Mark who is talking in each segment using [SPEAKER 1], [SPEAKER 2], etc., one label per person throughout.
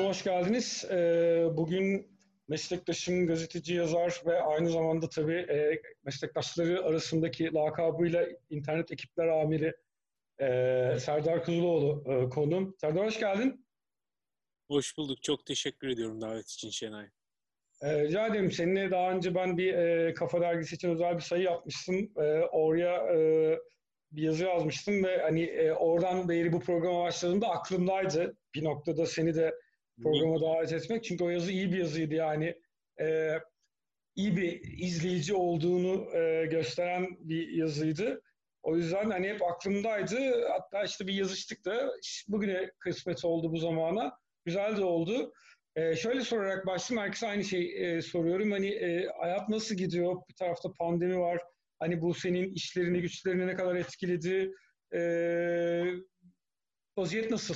[SPEAKER 1] hoş geldiniz. Bugün meslektaşım, gazeteci, yazar ve aynı zamanda tabii meslektaşları arasındaki lakabıyla internet ekipler amiri Serdar Kuzuloğlu konuğum. Serdar hoş geldin.
[SPEAKER 2] Hoş bulduk. Çok teşekkür ediyorum davet için Şenay.
[SPEAKER 1] Rica ederim. Seninle daha önce ben bir Kafa Dergisi için özel bir sayı yapmıştım. Oraya bir yazı yazmıştım ve hani oradan beri bu programa başladığımda aklımdaydı. Bir noktada seni de
[SPEAKER 2] Ne,
[SPEAKER 1] programa davet etmek. Çünkü o yazı iyi bir yazıydı yani. E, iyi bir izleyici olduğunu gösteren bir yazıydı. O yüzden hani hep aklımdaydı. Hatta işte bir yazıştık da bugüne kısmet oldu bu zamana. Güzel de oldu. Şöyle sorarak başlayayım. Herkese aynı soruyorum. Hani hayat nasıl gidiyor? Bir tarafta pandemi var. Hani bu senin işlerini, güçlerini ne kadar etkiledi? E, vaziyet nasıl?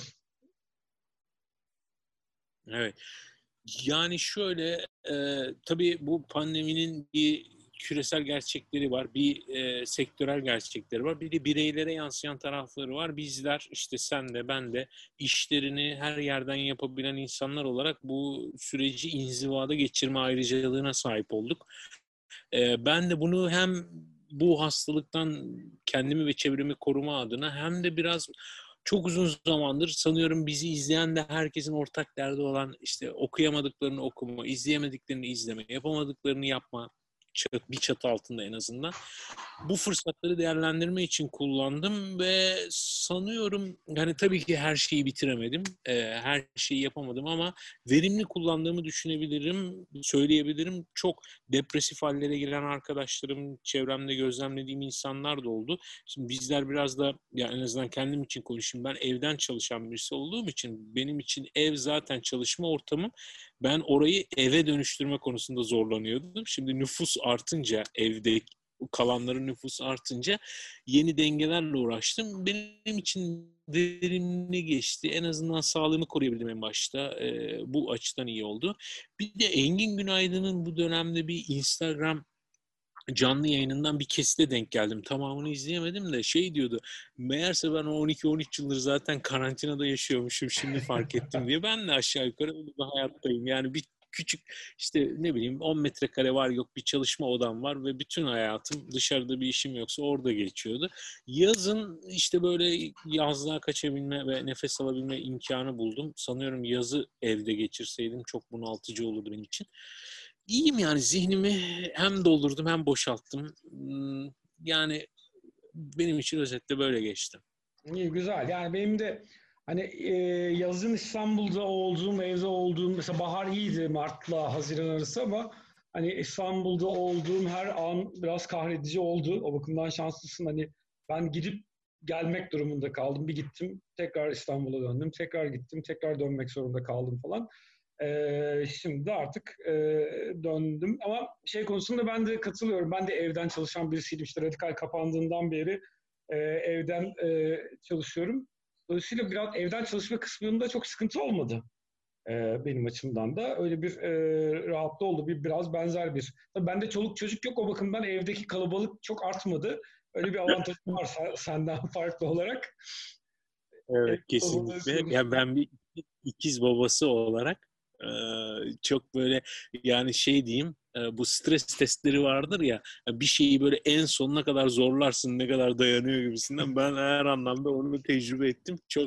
[SPEAKER 2] evet. Yani şöyle, tabii bu pandeminin bir küresel gerçekleri var, bir sektörel gerçekleri var, bir de bireylere yansıyan tarafları var. Bizler, işte sen de ben de işlerini her yerden yapabilen insanlar olarak bu süreci inzivada geçirme ayrıcalığına sahip olduk. Ben de bunu hem bu hastalıktan kendimi ve çevremi koruma adına hem de biraz çok uzun zamandır sanıyorum bizi izleyen de herkesin ortak derdi olan işte okuyamadıklarını okuma, izleyemediklerini izleme, yapamadıklarını yapma, bir çatı altında en azından. Bu fırsatları değerlendirme için kullandım ve sanıyorum yani tabii ki her şeyi bitiremedim, her şeyi yapamadım ama verimli kullandığımı düşünebilirim, söyleyebilirim. Çok depresif hallere giren arkadaşlarım, çevremde gözlemlediğim insanlar da oldu. Şimdi bizler biraz da ya en azından kendim için konuşayım. Ben evden çalışan birisi olduğum için benim için ev zaten çalışma ortamım. Ben orayı eve dönüştürme konusunda zorlanıyordum. Şimdi nüfus artınca evde kalanların nüfusu artınca yeni dengelerle uğraştım. Benim için verimli geçti. En azından sağlığımı koruyabildim en başta. Bu açıdan iyi oldu. Bir de Engin Günaydın'ın bu dönemde bir Instagram canlı yayınından bir kesite denk geldim. Tamamını izleyemedim de şey diyordu. Meğerse ben o 12-13 yıldır zaten karantinada yaşıyormuşum şimdi fark ettim diye. Ben de aşağı yukarı öyle bir hayattayım. Yani bir küçük işte ne bileyim 10 metrekare var yok bir çalışma odam var ve bütün hayatım dışarıda bir işim yoksa orada geçiyordu. Yazın işte böyle yazlığa kaçabilme ve nefes alabilme imkanı buldum. Sanıyorum yazı evde geçirseydim çok bunaltıcı olurdu benim için. İyiyim yani zihnimi hem doldurdum hem boşalttım. Yani benim için özetle böyle geçti.
[SPEAKER 1] İyi, güzel. Yani benim de hani yazın İstanbul'da olduğum, evde olduğum, mesela bahar iyiydi Mart'la Haziran arası ama hani İstanbul'da olduğum her an biraz kahredici oldu. O bakımdan şanslısın. Hani ben gidip gelmek durumunda kaldım. Bir gittim, tekrar İstanbul'a döndüm. Tekrar gittim, tekrar dönmek zorunda kaldım falan. Şimdi de artık döndüm. Ama şey konusunda ben de katılıyorum. Ben de evden çalışan birisiydim. İşte radikal kapandığından beri evden çalışıyorum. Dolayısıyla biraz evden çalışma kısmında çok sıkıntı olmadı benim açımdan da. Öyle bir rahatlı oldu. Biraz benzer bir. Tabii bende çoluk çocuk yok. O bakımdan evdeki kalabalık çok artmadı. Öyle bir avantajı var senden farklı olarak.
[SPEAKER 2] Evet,
[SPEAKER 1] Ev kalabalığı
[SPEAKER 2] kesinlikle. Yani
[SPEAKER 1] konusunda.
[SPEAKER 2] ben bir ikiz babası olarak çok böyle yani şey diyeyim bu stres testleri vardır ya bir şeyi böyle en sonuna kadar zorlarsın ne kadar dayanıyor gibisinden ben her anlamda onu tecrübe ettim. Çok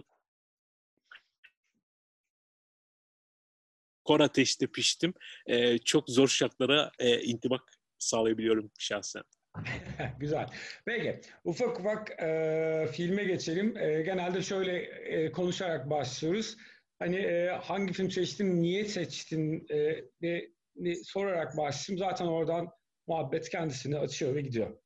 [SPEAKER 2] kor ateşte piştim. Çok zor şartlara intibak sağlayabiliyorum şahsen.
[SPEAKER 1] Güzel. Peki, ufak ufak filme geçelim. Genelde şöyle konuşarak başlıyoruz. Hani hangi film seçtin, niye seçtin sorarak başlayayım. Zaten oradan muhabbet kendisini açıyor ve gidiyor.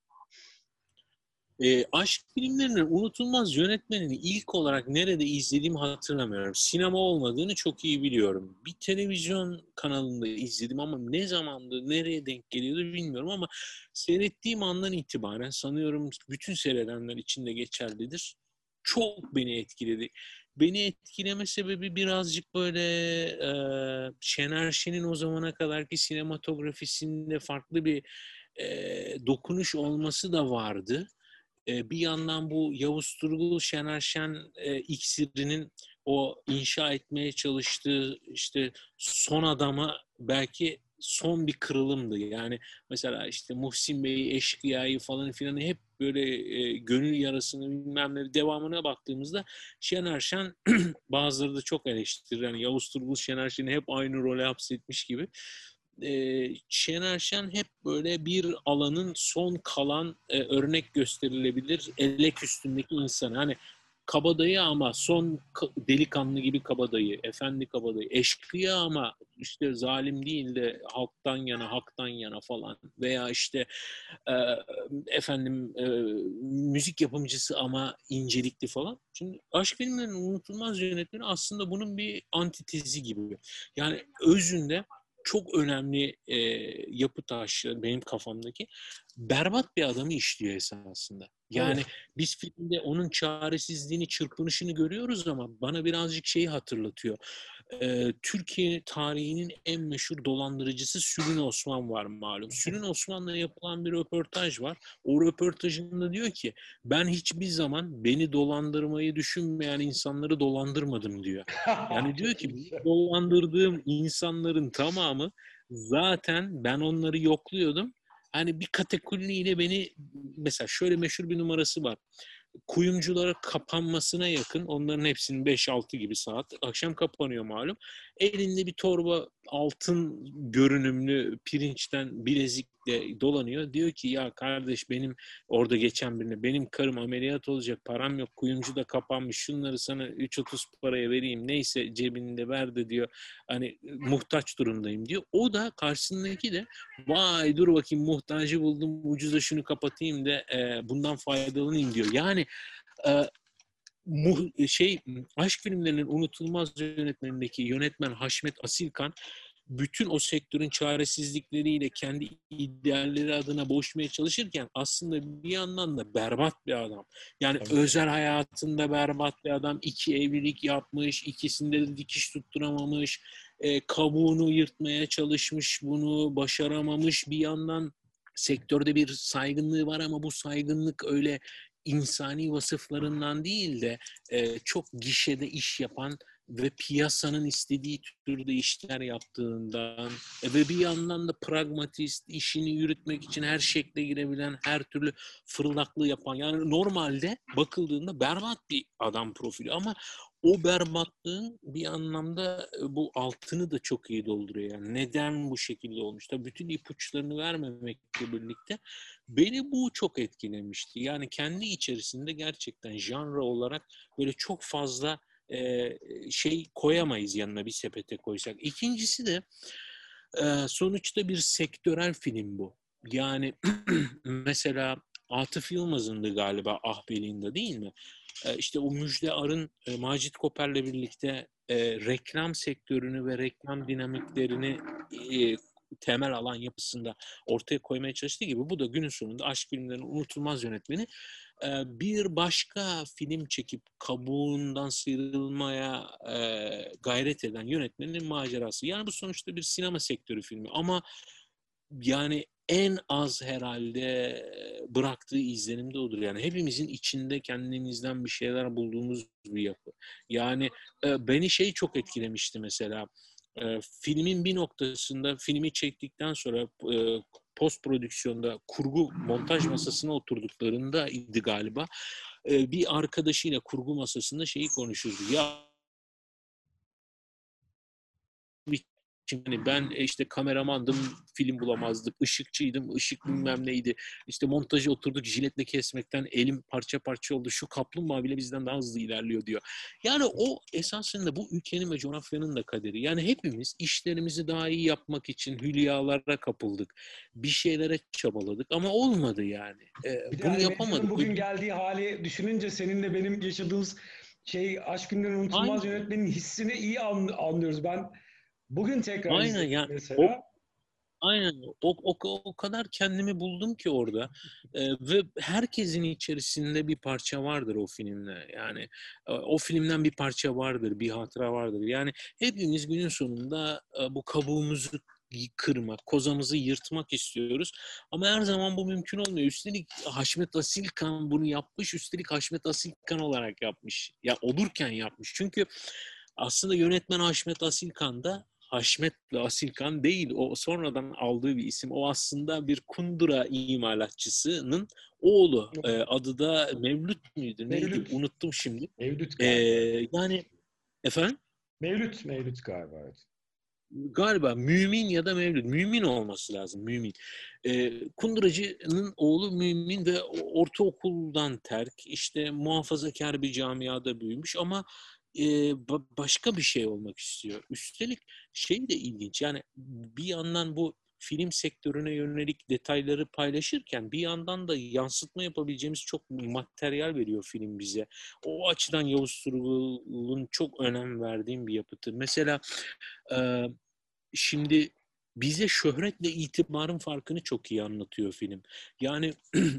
[SPEAKER 2] Aşk filmlerinin unutulmaz yönetmenini ilk olarak nerede izlediğimi hatırlamıyorum. Sinema olmadığını çok iyi biliyorum. Bir televizyon kanalında izledim ama ne zamandı, nereye denk geliyordu bilmiyorum ama seyrettiğim andan itibaren sanıyorum bütün seyredenler için de geçerlidir. Çok beni etkiledi. Beni etkileme sebebi birazcık böyle Şener Şen'in o zamana kadarki sinematografisinde farklı bir dokunuş olması da vardı. Bir yandan bu Yavuz Turgul Şener Şen iksirinin o inşa etmeye çalıştığı işte son adama belki son bir kırılımdı. Yani mesela işte Muhsin Bey'i, Eşkıya'yı falan filan hep böyle gönül yarasını bilmem ne devamına baktığımızda Şener Şen bazıları da çok eleştirir. Yani Yavuz Turgul Şener Şen'i hep aynı role hapsetmiş gibi. Şener Şen hep böyle bir alanın son kalan örnek gösterilebilir elek üstündeki insanı. Hani kabadayı ama son delikanlı gibi kabadayı, efendi kabadayı, eşkıya ama işte zalim değil de halktan yana, haktan yana falan veya işte e, efendim müzik yapımcısı ama incelikli falan. Şimdi aşk filmlerinin unutulmaz yönetmeni aslında bunun bir antitezi gibi. Yani özünde çok önemli yapı taşları benim kafamdaki berbat bir adamı işliyor esasında. Yani
[SPEAKER 1] Evet.
[SPEAKER 2] biz filmde onun çaresizliğini, çırpınışını görüyoruz ama bana birazcık şeyi hatırlatıyor. Türkiye tarihinin en meşhur dolandırıcısı Sülün Osman var malum. Sülün Osman'la yapılan bir röportaj var. O röportajında diyor ki ben hiçbir zaman beni dolandırmayı düşünmeyen insanları dolandırmadım diyor. Yani diyor
[SPEAKER 1] Çok
[SPEAKER 2] ki
[SPEAKER 1] iyi.
[SPEAKER 2] dolandırdığım insanların tamamı zaten ben onları yokluyordum. Hani bir kategoriyle beni mesela şöyle meşhur bir numarası var. Kuyumculara kapanmasına yakın onların hepsinin 5-6 gibi saat akşam kapanıyor malum. Elinde bir torba altın görünümlü pirinçten bilezikle dolanıyor. Diyor ki ya kardeş benim orada geçen birine benim karım ameliyat olacak param yok kuyumcu da kapanmış şunları sana 3.30 paraya vereyim neyse cebinde ver de diyor. Hani muhtaç durumdayım diyor. O da karşısındaki de vay dur bakayım muhtacı buldum ucuza şunu kapatayım da bundan faydalanayım diyor. Yani e, aşk filmlerinin unutulmaz yönetmenindeki yönetmen Haşmet Asilkan bütün o sektörün çaresizlikleriyle kendi idealleri adına boğuşmaya çalışırken aslında bir yandan da berbat bir adam. Yani
[SPEAKER 1] Tabii.
[SPEAKER 2] özel hayatında berbat bir adam. 2 evlilik yapmış, ikisinde de dikiş tutturamamış, kabuğunu yırtmaya çalışmış, bunu başaramamış. Bir yandan sektörde bir saygınlığı var ama bu saygınlık öyle insani vasıflarından değil de çok gişede iş yapan ve piyasanın istediği türde işler yaptığından ve bir yandan da pragmatist, işini yürütmek için her şekle girebilen, her türlü fırlaklığı yapan. Yani normalde bakıldığında berbat bir adam profili ama o berbatlığın bir anlamda bu altını da çok iyi dolduruyor. Yani neden bu şekilde olmuş? Tabii bütün ipuçlarını vermemekle birlikte beni bu çok etkilemişti. Yani kendi içerisinde gerçekten janra olarak böyle çok fazla şey koyamayız yanına bir sepete koysak. İkincisi de sonuçta bir sektörel film bu. Yani mesela Atıf Yılmaz'ındı galiba Ahbeli'nde değil mi? İşte o Müjde Ar'ın Macit Koper'le birlikte reklam sektörünü ve reklam dinamiklerini temel alan yapısında ortaya koymaya çalıştığı gibi bu da günün sonunda aşk filmlerinin unutulmaz yönetmeni bir başka film çekip kabuğundan sıyrılmaya gayret eden yönetmenin macerası. Yani bu sonuçta bir sinema sektörü filmi ama yani en az herhalde bıraktığı izlenim de odur. Yani hepimizin içinde kendimizden bir şeyler bulduğumuz bir yapı. Yani beni şey çok etkilemişti mesela. Filmin bir noktasında filmi çektikten sonra post prodüksiyonda kurgu montaj masasına oturduklarında idi galiba. Bir arkadaşıyla kurgu masasında şeyi konuşurdu. Ya Şimdi ben işte kameramandım, film bulamazdık, ışıkçıydım, ışık bilmem neydi. İşte montajı oturduk jiletle kesmekten elim parça parça oldu. Şu kaplumbağa bile bizden daha hızlı ilerliyor diyor. Yani o esasında bu ülkenin ve coğrafyanın da kaderi. Yani hepimiz işlerimizi daha iyi yapmak için hülyalara kapıldık. Bir şeylere çabaladık ama olmadı yani.
[SPEAKER 1] Bir de
[SPEAKER 2] Bunu
[SPEAKER 1] hani medyanın
[SPEAKER 2] yapamadık.
[SPEAKER 1] bugün geldiği hali düşününce senin de benim yaşadığımız Aşk Günler'in unutulmaz
[SPEAKER 2] Aynen,
[SPEAKER 1] yönetmenin hissini iyi anlıyoruz. Ben bugün tekrar
[SPEAKER 2] aynen
[SPEAKER 1] izledim
[SPEAKER 2] yani
[SPEAKER 1] mesela.
[SPEAKER 2] aynen o kadar kendimi buldum ki orada. Ve herkesin içerisinde bir parça vardır o filmde. Yani o filmden bir parça vardır, bir hatıra vardır. Yani hepimiz günün sonunda bu kabuğumuzu kırmak, kozamızı yırtmak istiyoruz. Ama her zaman bu mümkün olmuyor. Üstelik Haşmet Asilkan bunu yapmış. Üstelik Haşmet Asilkan olarak yapmış. Ya olurken yapmış. Çünkü aslında yönetmen Haşmet Asilkan da Haşmet ve Asilkan değil. O sonradan aldığı bir isim. O aslında bir kundura imalatçısının oğlu. Adı da Mevlüt müydü? Neydi?
[SPEAKER 1] Mevlüt.
[SPEAKER 2] Unuttum şimdi.
[SPEAKER 1] Mevlüt galiba.
[SPEAKER 2] Yani efendim?
[SPEAKER 1] Mevlüt galiba. Evet.
[SPEAKER 2] Galiba Mümin ya da Mevlüt. Mümin olması lazım. Mümin. Kunduracı'nın oğlu Mümin ve ortaokuldan terk, işte muhafazakar bir camiada büyümüş ama başka bir şey olmak istiyor. Üstelik şey de ilginç. Yani bir yandan bu film sektörüne yönelik detayları paylaşırken bir yandan da yansıtma yapabileceğimiz çok materyal veriyor film bize. O açıdan Yavuz Turgul'un çok önem verdiğim bir yapıtı. Mesela ee, şimdi bize şöhretle itibarın farkını çok iyi anlatıyor film. Yani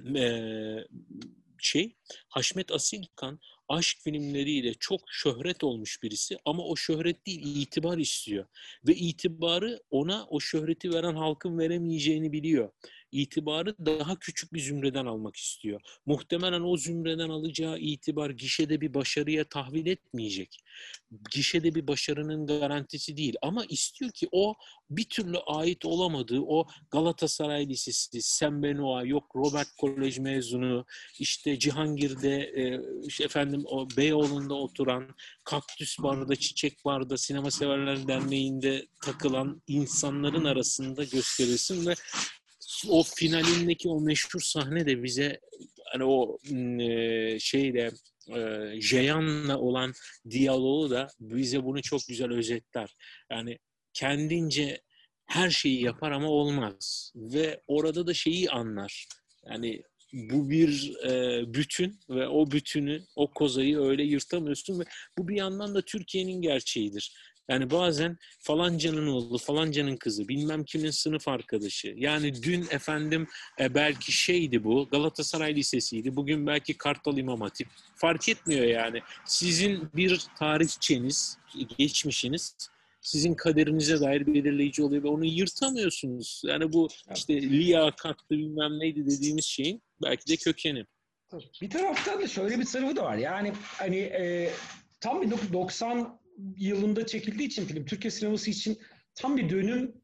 [SPEAKER 2] şey Haşmet Asilkan aşk filmleriyle çok şöhret olmuş birisi ama o şöhret değil itibar istiyor. Ve itibarı ona o şöhreti veren halkın veremeyeceğini biliyor. İtibarı daha küçük bir zümreden almak istiyor. Muhtemelen o zümreden alacağı itibar gişede bir başarıya tahvil etmeyecek. Gişede bir başarının garantisi değil ama istiyor ki o bir türlü ait olamadığı o Galatasaray Lisesi, Saint Benoît, yok Robert Kolej mezunu, işte Cihangir'de efendim o Beyoğlu'nda oturan, Kaktüs Bar'da, Çiçek Bar'da, Sinema Severler Derneği'nde takılan insanların arasında gösterilsin ve o finalindeki o meşhur sahne de bize hani o şeyle Jeyan'la olan diyaloğu da bize bunu çok güzel özetler. Yani kendince her şeyi yapar ama olmaz. Ve orada da şeyi anlar. Yani bu bir bütün ve o bütünü, o kozayı öyle yırtamıyorsun ve bu bir yandan da Türkiye'nin gerçeğidir. Yani bazen falancanın oğlu, falancanın kızı, bilmem kimin sınıf arkadaşı. Yani dün efendim belki şeydi bu, Galatasaray Lisesi'ydi. Bugün belki Kartal İmam Hatip. Fark etmiyor yani. Sizin bir tarihçeniz, geçmişiniz sizin kaderinize dair belirleyici oluyor ve onu yırtamıyorsunuz. Yani bu işte liyakattı bilmem neydi dediğimiz şeyin belki de kökeni.
[SPEAKER 1] Bir taraftan da şöyle bir tarafı da var. Yani hani tam 1990 yılında çekildiği için film Türkiye sineması için tam bir dönüm,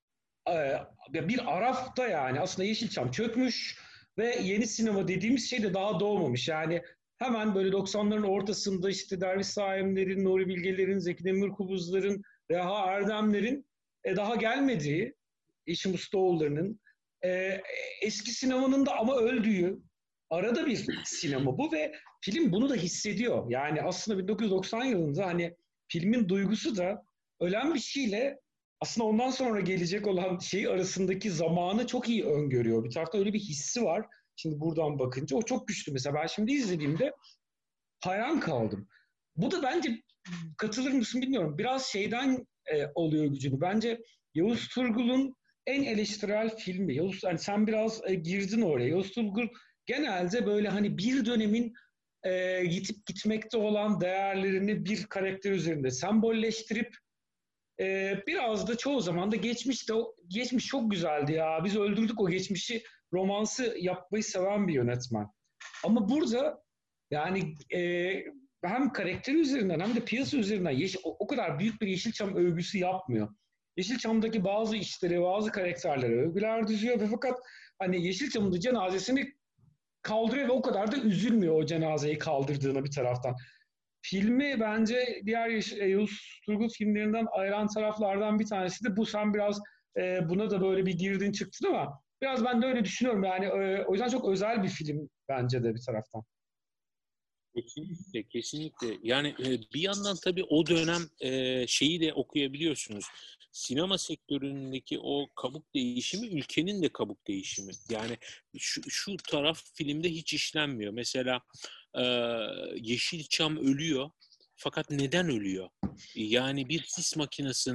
[SPEAKER 1] bir arafta yani aslında Yeşilçam çökmüş ve yeni sinema dediğimiz şey de daha doğmamış. Yani hemen böyle 90'ların ortasında işte Derviş Saimler'in, Nuri Bilgeler'in, Zeki Demirkubuzlar'ın, Reha Erdemler'in daha gelmediği, Yeşim Ustaoğulları'nın eski sinemanın da ama öldüğü arada bir sinema bu ve film bunu da hissediyor. Yani aslında 1990 yılında hani filmin duygusu da ölen bir şeyle aslında ondan sonra gelecek olan şey arasındaki zamanı çok iyi öngörüyor. Bir tarafta öyle bir hissi var. Şimdi buradan bakınca o çok güçlü. Mesela ben şimdi izlediğimde hayran kaldım. Bu da bence, katılır mısın bilmiyorum, biraz şeyden oluyor gücünü. Bence Yavuz Turgul'un en eleştirel filmi. Yavuz, hani sen biraz girdin oraya. Yavuz Turgul genelde böyle hani bir dönemin yitip gitmekte olan değerlerini bir karakter üzerinde sembolleştirip biraz da çoğu zaman da geçmiş çok güzeldi ya. Biz öldürdük o geçmişi romansı yapmayı seven bir yönetmen. Ama burada yani hem karakter üzerinden hem de piyasa üzerinden o kadar büyük bir Yeşilçam övgüsü yapmıyor. Yeşilçam'daki bazı işleri, bazı karakterlere övgüler düzüyor ve fakat hani Yeşilçam'ın da cenazesini kaldırıyor ve o kadar da üzülmüyor o cenazeyi kaldırdığına bir taraftan. Filmi bence diğer Yavuz Turgul filmlerinden ayıran taraflardan bir tanesi de bu. Sen biraz buna da böyle bir girdin çıktın ama biraz ben de öyle düşünüyorum. Yani o yüzden çok özel bir film bence de bir taraftan.
[SPEAKER 2] Kesinlikle, kesinlikle. Yani bir yandan tabii o dönem şeyi de okuyabiliyorsunuz. Sinema sektöründeki o kabuk değişimi, ülkenin de kabuk değişimi. Yani şu taraf filmde hiç işlenmiyor. Mesela e, Yeşilçam ölüyor. Fakat neden ölüyor? Yani bir sis makinesini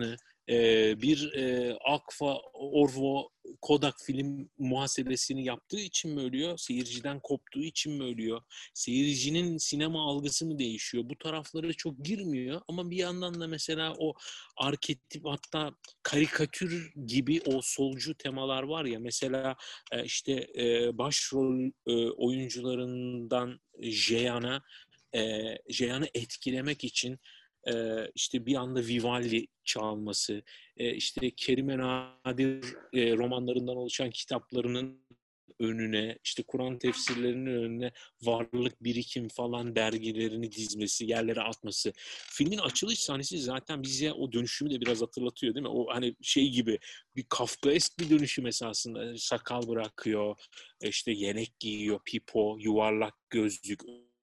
[SPEAKER 2] Bir Agfa, Orvo, Kodak film muhasebesini yaptığı için mi ölüyor? Seyirciden koptuğu için mi ölüyor? Seyircinin sinema algısı mı değişiyor? Bu taraflara çok girmiyor ama bir yandan da mesela o arketip, hatta karikatür gibi o solcu temalar var ya, mesela işte başrol oyuncularından Jean'ı etkilemek için işte bir anda Vivaldi çalması, işte Kerime Nadir romanlarından oluşan kitaplarının önüne, işte Kur'an tefsirlerinin önüne varlık birikim falan dergilerini dizmesi, yerlere atması. Filmin açılış sahnesi zaten bize o dönüşümü de biraz hatırlatıyor, değil mi? O hani şey gibi bir Kafkaesk bir dönüşüm esasında. Sakal bırakıyor, işte yelek giyiyor, pipo, yuvarlak gözlük,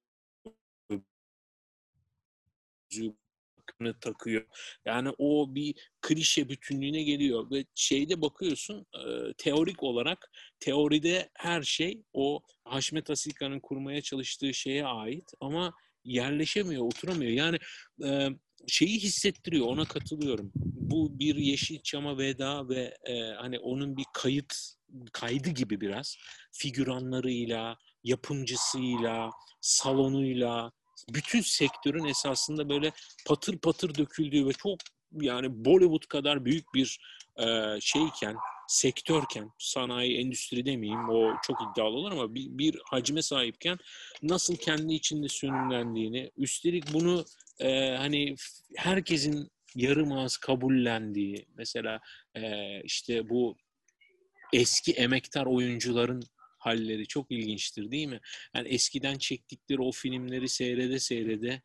[SPEAKER 2] gözlüğü takıyor. Yani o bir klişe bütünlüğüne geliyor ve şeyde bakıyorsun, teorik olarak, teoride her şey o Haşmet Asilkan'ın kurmaya çalıştığı şeye ait ama yerleşemiyor, oturamıyor. Yani şeyi hissettiriyor, ona katılıyorum. Bu bir Yeşilçam'a veda ve hani onun bir kaydı gibi biraz. Figüranlarıyla, yapımcısıyla, salonuyla, bütün sektörün esasında böyle patır patır döküldüğü ve çok, yani Bollywood kadar büyük bir şeyken, sektörken, sanayi, endüstri demeyeyim, o çok iddialı olur ama bir hacme sahipken nasıl kendi içinde sönümlendiğini, üstelik bunu hani herkesin yarım ağız kabullendiği, mesela işte bu eski emektar oyuncuların halleri çok ilginçtir, değil mi? Yani eskiden çektikleri o filmleri seyrede seyrede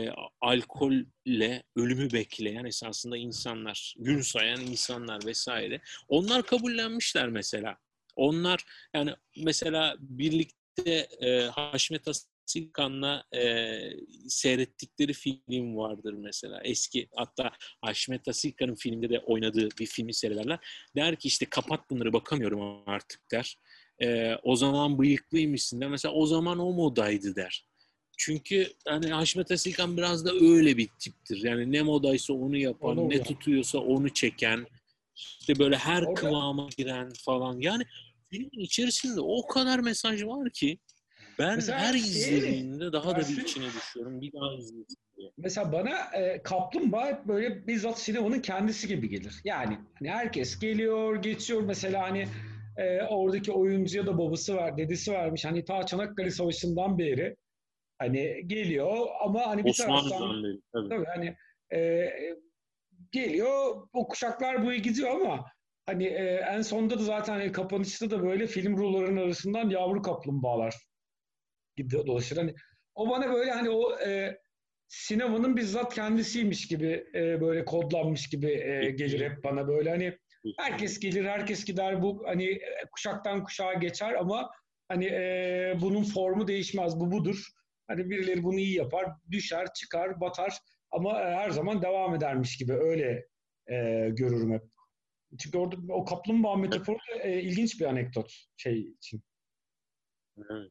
[SPEAKER 2] alkolle ölümü bekleyen esasında insanlar, gün sayan insanlar vesaire. Onlar kabullenmişler mesela. Onlar, yani mesela birlikte Haşmet Asilkan'la seyrettikleri film vardır mesela. Eski, hatta Haşmet Asilkan'ın filmde de oynadığı bir filmi seyrederler. Der ki işte kapat bunları, bakamıyorum artık der. O zaman bıyıklıymışsın der. Mesela o zaman o modaydı der. Çünkü hani Haşmet Asilkan biraz da öyle bir tiptir. Yani ne modaysa onu
[SPEAKER 1] Ona
[SPEAKER 2] yapan, ne
[SPEAKER 1] uyan.
[SPEAKER 2] tutuyorsa onu çeken, işte böyle her
[SPEAKER 1] Orada
[SPEAKER 2] kıvama giren falan. Yani filmin içerisinde o kadar mesaj var ki ben her
[SPEAKER 1] mesela şey
[SPEAKER 2] izlediğimde daha da bir
[SPEAKER 1] dersin,
[SPEAKER 2] içine düşüyorum. Bir daha izleyeyim diye.
[SPEAKER 1] mesela bana Kaplumbağa hep böyle bizzat sinemanın kendisi gibi gelir. Yani hani herkes geliyor, geçiyor. Mesela hani oradaki oyuncuya da babası var, dedesi vermiş. Hani ta Çanakkale Savaşı'ndan beri hani geliyor ama hani bir taraftan
[SPEAKER 2] Osmanlı'dan beri tabii.
[SPEAKER 1] tabii hani e, geliyor, o kuşaklar boyu gidiyor ama hani en sonunda da zaten hani kapanışta da böyle film rulolarının arasından yavru kaplumbağalar gidiyor, dolaşır. Hani o bana böyle hani o sinemanın bizzat kendisiymiş gibi böyle kodlanmış gibi gelir
[SPEAKER 2] Kesinlikle.
[SPEAKER 1] hep bana böyle hani herkes
[SPEAKER 2] Kesinlikle.
[SPEAKER 1] gelir, herkes gider, bu hani kuşaktan kuşağa geçer ama hani bunun formu değişmez, bu budur. Hani birileri bunu iyi yapar, düşer, çıkar, batar ama her zaman devam edermiş gibi öyle görürüm hep. Çünkü orada o kaplumbağa metaforu da, ilginç bir anekdot şey için.
[SPEAKER 2] Evet.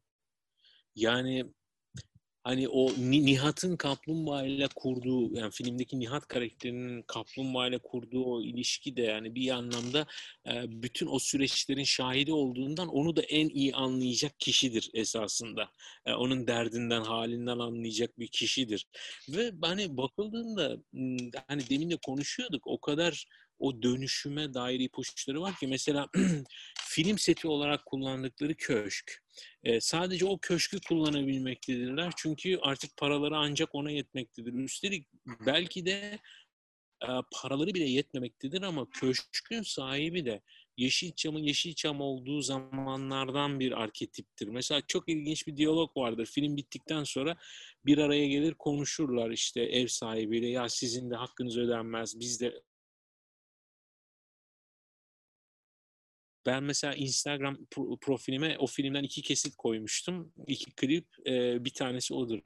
[SPEAKER 2] Yani hani o Nihat'ın kaplumbağayla kurduğu, yani filmdeki Nihat karakterinin kaplumbağayla kurduğu o ilişki de yani bir anlamda bütün o süreçlerin şahidi olduğundan onu da en iyi anlayacak kişidir esasında. Onun derdinden, halinden anlayacak bir kişidir. Ve hani bakıldığında hani demin de konuşuyorduk, o kadar o dönüşüme dair ipuçları var ki, mesela film seti olarak kullandıkları köşk. Sadece o köşkü kullanabilmektedirler. Çünkü artık paraları ancak ona yetmektedir. Üstelik belki de paraları bile yetmemektedir ama köşkün sahibi de Yeşilçam'ın Yeşilçam olduğu zamanlardan bir arketiptir. Mesela çok ilginç bir diyalog vardır. Film bittikten sonra bir araya gelir, konuşurlar işte ev sahibiyle. Ya sizin de hakkınız ödenmez, biz de. Ben mesela Instagram profilime o filmden 2 kesit koymuştum. 2 klip, bir tanesi odur.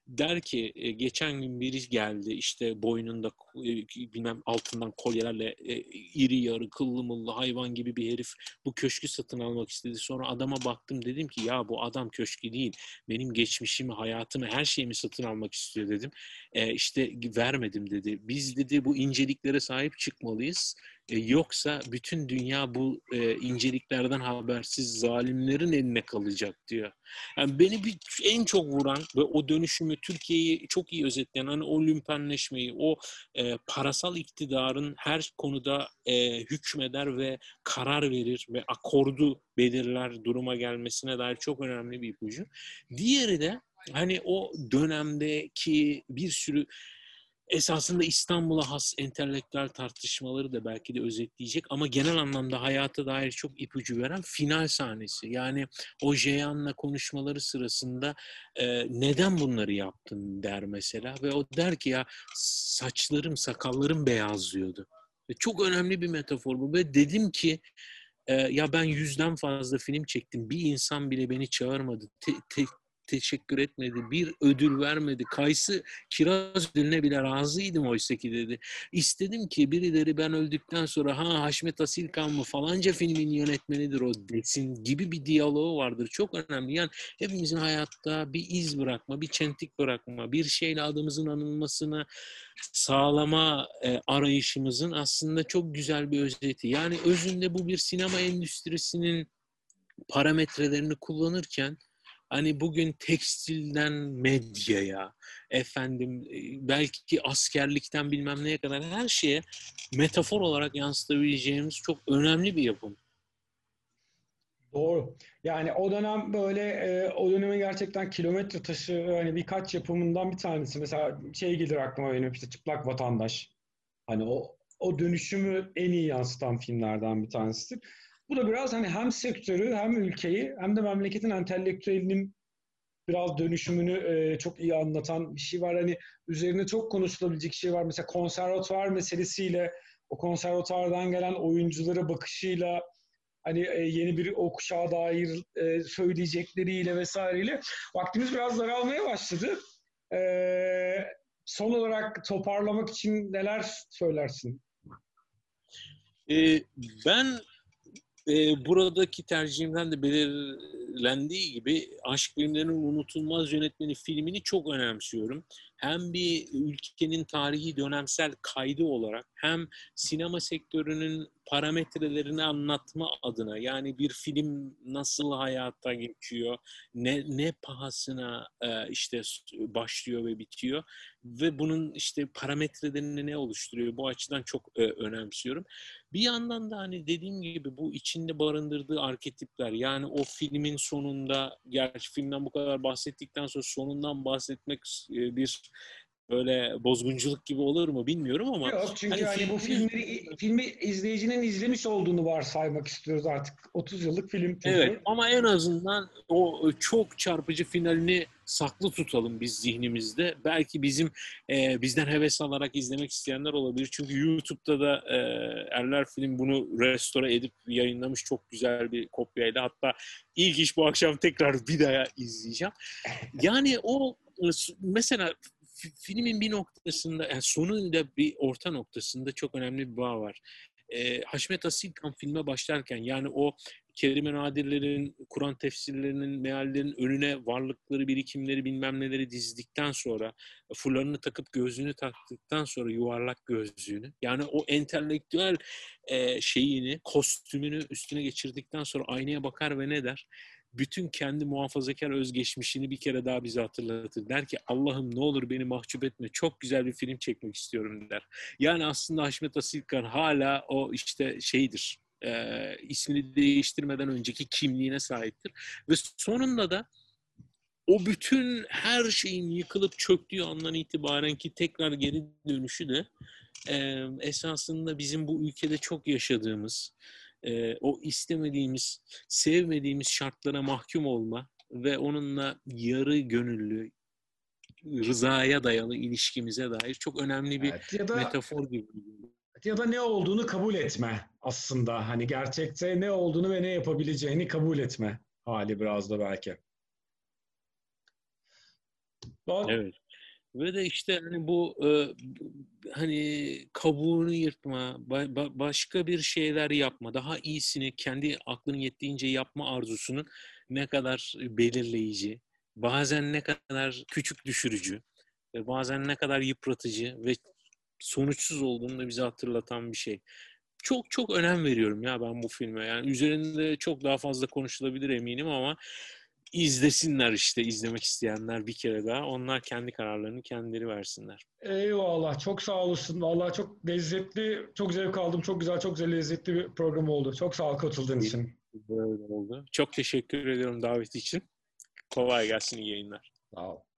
[SPEAKER 2] Der ki geçen gün biri geldi işte boynunda bilmem altından kolyelerle iri yarı kıllı mıllı hayvan gibi bir herif bu köşkü satın almak istedi. Sonra adama baktım, dedim ki ya bu adam köşkü değil, benim geçmişimi, hayatımı, her şeyimi satın almak istiyor dedim. İşte vermedim dedi. Biz dedi bu inceliklere sahip çıkmalıyız. Yoksa bütün dünya bu inceliklerden habersiz zalimlerin eline kalacak diyor. Yani beni en çok vuran ve o dönüşümü, Türkiye'yi çok iyi özetleyen, hani o lümpenleşmeyi, o parasal iktidarın her konuda hükmeder ve karar verir ve akordu belirler duruma gelmesine dair çok önemli bir ipucu. Diğeri de hani o dönemdeki bir sürü esasında İstanbul'a has entelektüel tartışmaları da belki de özetleyecek ama genel anlamda hayata dair çok ipucu veren final sahnesi. Yani o Jeyan'la konuşmaları sırasında neden bunları yaptın der mesela ve o der ki ya saçlarım, sakallarım beyazlıyordu. Çok önemli bir metafor bu ve dedim ki ya ben 100'den fazla film çektim. Bir insan bile beni çağırmadı. Teşekkür etmedi. Bir ödül vermedi. Kayısı kiraz ödülüne bile razıydım oysa ki dedi. İstedim ki birileri ben öldükten sonra ha Haşmet Asilkan mı falanca filmin yönetmenidir o desin gibi bir diyaloğu vardır. Çok önemli. Yani hepimizin hayatta bir iz bırakma, bir çentik bırakma, bir şeyle adımızın anılmasını sağlama arayışımızın aslında çok güzel bir özeti. Yani özünde bu bir sinema endüstrisinin parametrelerini kullanırken hani bugün tekstilden medyaya, efendim belki askerlikten bilmem neye kadar her şeye metafor olarak yansıtabileceğimiz çok önemli bir yapım.
[SPEAKER 1] Doğru. Yani o dönem böyle o dönemin gerçekten kilometre taşı hani birkaç yapımından bir tanesi. Mesela şey gelir aklıma benim işte Çıplak Vatandaş. Hani o dönüşümü en iyi yansıtan filmlerden bir tanesidir. Bu da biraz hani hem sektörü hem ülkeyi hem de memleketin entelektüelinin biraz dönüşümünü çok iyi anlatan bir şey var. Hani üzerine çok konuşulabilecek şey var. Mesela konservatuvar meselesiyle o konservatuvardan gelen oyunculara bakışıyla hani yeni bir o kuşağa dair söyleyecekleriyle vesaireyle vaktimiz biraz daralmaya başladı. E, Son olarak toparlamak için neler söylersin?
[SPEAKER 2] E, Ben buradaki tercihimden de belirlendiği gibi Aşk Filmlerinin Unutulmaz Yönetmeni filmini çok önemsiyorum. Hem bir ülkenin tarihi dönemsel kaydı olarak hem sinema sektörünün parametrelerini anlatma adına, yani bir film nasıl hayata geçiyor, ne pahasına işte başlıyor ve bitiyor ve bunun işte parametrelerini ne oluşturuyor, bu açıdan çok önemsiyorum. Bir yandan da hani dediğim gibi bu içinde barındırdığı arketipler, yani o filmin sonunda, gerçi filmden bu kadar bahsettikten sonra sonundan bahsetmek bir böyle bozgunculuk gibi olur mu bilmiyorum ama
[SPEAKER 1] Yok çünkü
[SPEAKER 2] hani
[SPEAKER 1] hani bu
[SPEAKER 2] filmin,
[SPEAKER 1] filmi izleyicinin izlemiş olduğunu varsaymak istiyoruz artık. 30 yıllık film
[SPEAKER 2] evet,
[SPEAKER 1] çünkü.
[SPEAKER 2] ama en azından o çok çarpıcı finalini saklı tutalım biz zihnimizde. Belki bizden heves alarak izlemek isteyenler olabilir. Çünkü YouTube'da da Erler Film bunu restore edip yayınlamış çok güzel bir kopyayla. Hatta ilk iş bu akşam tekrar bir daha izleyeceğim. Yani o mesela filmin bir noktasında, yani sonuyla bir orta noktasında çok önemli bir bağ var. Haşmet Asilkan filme başlarken, yani o Kerime Nadirlerin, Kur'an tefsirlerinin, meallerinin önüne varlıkları, birikimleri, bilmem neleri dizdikten sonra, fularını takıp gözlüğünü taktıktan sonra, yuvarlak gözlüğünü, yani o entelektüel şeyini, kostümünü üstüne geçirdikten sonra aynaya bakar ve ne der? Bütün kendi muhafazakar özgeçmişini bir kere daha bize hatırlatır. Der ki Allah'ım ne olur beni mahcup etme, çok güzel bir film çekmek istiyorum der. Yani aslında Haşmet Asilkan hala o işte şeydir, ismini değiştirmeden önceki kimliğine sahiptir. Ve sonunda da o bütün her şeyin yıkılıp çöktüğü andan itibaren ki tekrar geri dönüşü de esasında bizim bu ülkede çok yaşadığımız, o istemediğimiz, sevmediğimiz şartlara mahkum olma ve onunla yarı gönüllü, rızaya dayalı ilişkimize dair çok önemli bir
[SPEAKER 1] Evet, ya da
[SPEAKER 2] metafor gibi.
[SPEAKER 1] ne olduğunu kabul etme aslında. Hani gerçekte ne olduğunu ve ne yapabileceğini kabul etme hali biraz da belki.
[SPEAKER 2] Evet. Ve de işte hani bu hani kabuğunu yırtma, başka bir şeyler yapma, daha iyisini kendi aklın yettiğince yapma arzusunun ne kadar belirleyici, bazen ne kadar küçük düşürücü ve bazen ne kadar yıpratıcı ve sonuçsuz olduğunu da bize hatırlatan bir şey. Çok çok önem veriyorum ya ben bu filme. Yani üzerinde çok daha fazla konuşulabilir eminim ama izlesinler işte izlemek isteyenler bir kere daha. Onlar kendi kararlarını kendileri versinler.
[SPEAKER 1] Eyvallah. Çok sağ olasın. Vallahi çok lezzetli, çok zevk aldım. Çok güzel, lezzetli bir program oldu. Çok sağ ol katıldığın
[SPEAKER 2] Benim
[SPEAKER 1] için.
[SPEAKER 2] böyle oldu. Çok teşekkür ediyorum davet için. Kolay gelsin, iyi yayınlar.
[SPEAKER 1] Sağ ol.